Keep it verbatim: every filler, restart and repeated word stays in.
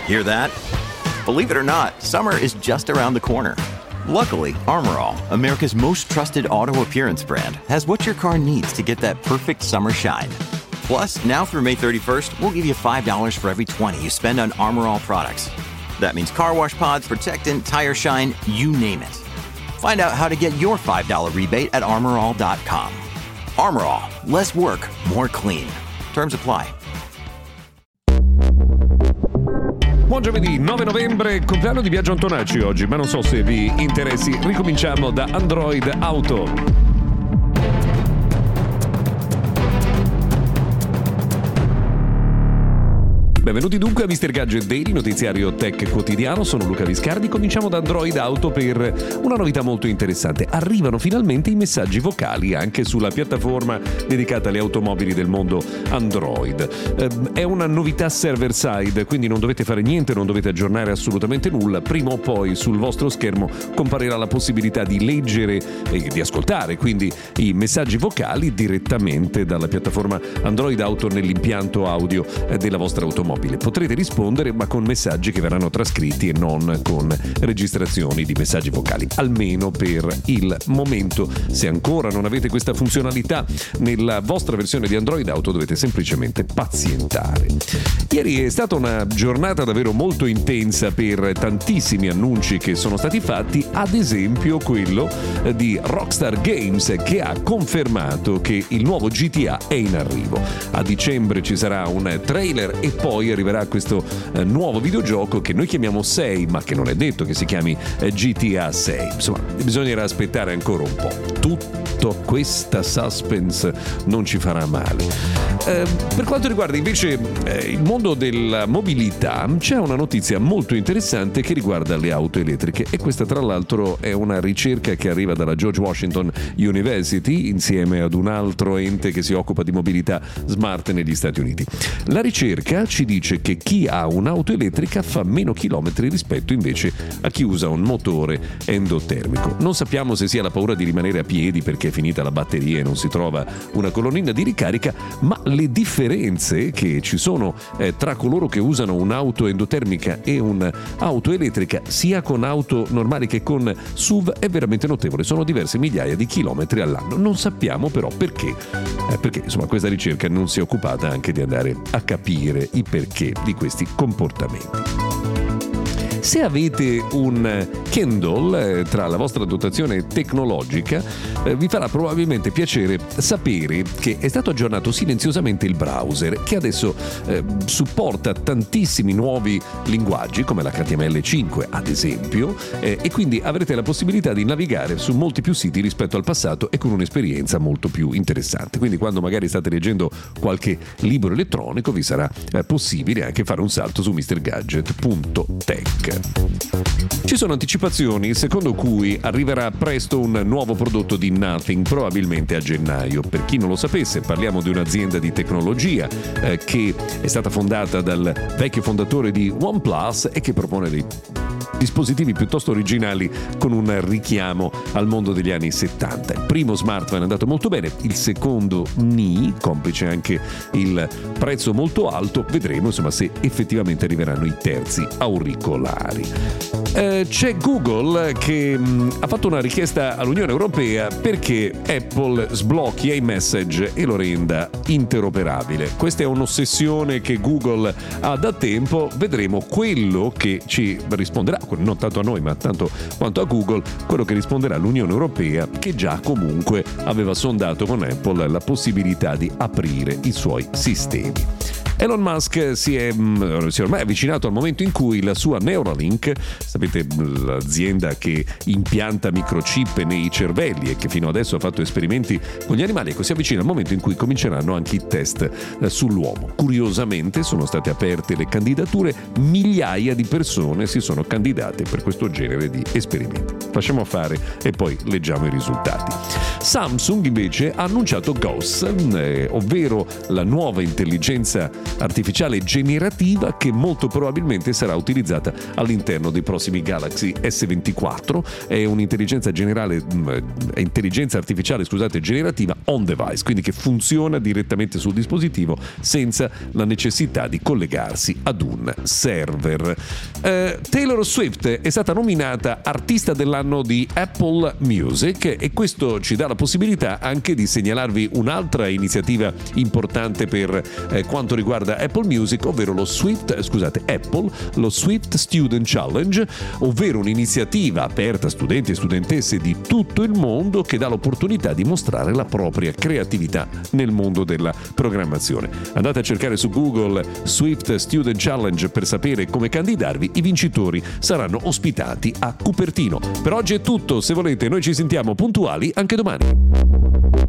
Hear that? Believe it or not, summer is just around the corner. Luckily, Armor All, America's most trusted auto appearance brand, has what your car needs to get that perfect summer shine. Plus, now through May thirty-first, we'll give you five dollars for every twenty you spend on Armor All products. That means car wash pods, protectant, tire shine, you name it. Find out how to get your five dollars rebate at armor all dot com. Armor All, less work, more clean. Terms apply. Buon giovedì, nove novembre, compleanno di Biagio Antonacci oggi, ma non so se vi interessi. Ricominciamo da Android Auto. Benvenuti dunque a mister Gadget Daily, notiziario tech quotidiano. Sono Luca Viscardi. Cominciamo da Android Auto per una novità molto interessante. Arrivano finalmente i messaggi vocali anche sulla piattaforma dedicata alle automobili del mondo Android. Eh, è una novità server side, quindi non dovete fare niente, non dovete aggiornare assolutamente nulla. Prima o poi sul vostro schermo comparirà la possibilità di leggere e di ascoltare quindi i messaggi vocali direttamente dalla piattaforma Android Auto nell'impianto audio della vostra automobile. Potrete rispondere ma con messaggi che verranno trascritti e non con registrazioni di messaggi vocali, almeno per il momento. Se ancora non avete questa funzionalità nella vostra versione di Android Auto dovete semplicemente pazientare. Ieri è stata una giornata davvero molto intensa per tantissimi annunci che sono stati fatti, ad esempio quello di Rockstar Games che ha confermato che il nuovo G T A è in arrivo. A dicembre ci sarà un trailer e poi arriverà questo eh, nuovo videogioco che noi chiamiamo sei, ma che non è detto che si chiami eh, G T A sei. Insomma, bisognerà aspettare ancora un po'. Tutta questa suspense non ci farà male. Eh, per quanto riguarda invece eh, il mondo della mobilità, c'è una notizia molto interessante che riguarda le auto elettriche, e questa tra l'altro è una ricerca che arriva dalla George Washington University insieme ad un altro ente che si occupa di mobilità smart negli Stati Uniti. La ricerca ci dice che chi ha un'auto elettrica fa meno chilometri rispetto invece a chi usa un motore endotermico. Non sappiamo se sia la paura di rimanere a piedi perché è finita la batteria e non si trova una colonnina di ricarica, ma le differenze che ci sono eh, tra coloro che usano un'auto endotermica e un'auto elettrica, sia con auto normali che con S U V, è veramente notevole. Sono diverse migliaia di chilometri all'anno. Non sappiamo però perché, eh, perché insomma questa ricerca non si è occupata anche di andare a capire i perché di questi comportamenti. Se avete un Kindle eh, tra la vostra dotazione tecnologica, eh, vi farà probabilmente piacere sapere che è stato aggiornato silenziosamente il browser, che adesso eh, supporta tantissimi nuovi linguaggi come l'H T M L cinque ad esempio, eh, e quindi avrete la possibilità di navigare su molti più siti rispetto al passato e con un'esperienza molto più interessante. Quindi quando magari state leggendo qualche libro elettronico vi sarà eh, possibile anche fare un salto su mister gadget punto tech. Ci sono anticipazioni secondo cui arriverà presto un nuovo prodotto di Nothing, probabilmente a gennaio. Per chi non lo sapesse, parliamo di un'azienda di tecnologia eh, che è stata fondata dal vecchio fondatore di OnePlus e che propone dei dispositivi piuttosto originali con un richiamo al mondo degli anni settanta. Il primo smartphone è andato molto bene, il secondo ni, complice anche il prezzo molto alto. Vedremo insomma se effettivamente arriveranno i terzi auricolari. Eh, c'è Google che mh, ha fatto una richiesta all'Unione Europea perché Apple sblocchi iMessage e lo renda interoperabile. Questa è un'ossessione che Google ha da tempo. Vedremo quello che ci risponderà, non tanto a noi ma tanto quanto a Google, quello che risponderà l'Unione Europea, che già comunque aveva sondato con Apple la possibilità di aprire i suoi sistemi. Elon Musk si è, si è ormai avvicinato al momento in cui la sua Neuralink, sapete l'azienda che impianta microchip nei cervelli e che fino adesso ha fatto esperimenti con gli animali, ecco, si avvicina al momento in cui cominceranno anche i test sull'uomo. Curiosamente sono state aperte le candidature, migliaia di persone si sono candidate per questo genere di esperimenti. Lasciamo fare e poi leggiamo i risultati. Samsung invece ha annunciato Ghost, eh, ovvero la nuova intelligenza artificiale generativa che molto probabilmente sarà utilizzata all'interno dei prossimi Galaxy S ventiquattro. È un'intelligenza generale, è intelligenza artificiale, scusate, generativa on device, quindi che funziona direttamente sul dispositivo senza la necessità di collegarsi ad un server. Eh, Taylor Swift è stata nominata artista dell'anno di Apple Music e questo ci dà la possibilità anche di segnalarvi un'altra iniziativa importante per eh, quanto riguarda Apple Music, ovvero lo Swift, scusate, Apple, lo Swift Student Challenge, ovvero un'iniziativa aperta a studenti e studentesse di tutto il mondo che dà l'opportunità di mostrare la propria creatività nel mondo della programmazione. Andate a cercare su Google Swift Student Challenge per sapere come candidarvi. I vincitori saranno ospitati a Cupertino. Per oggi è tutto, se volete noi ci sentiamo puntuali anche domani.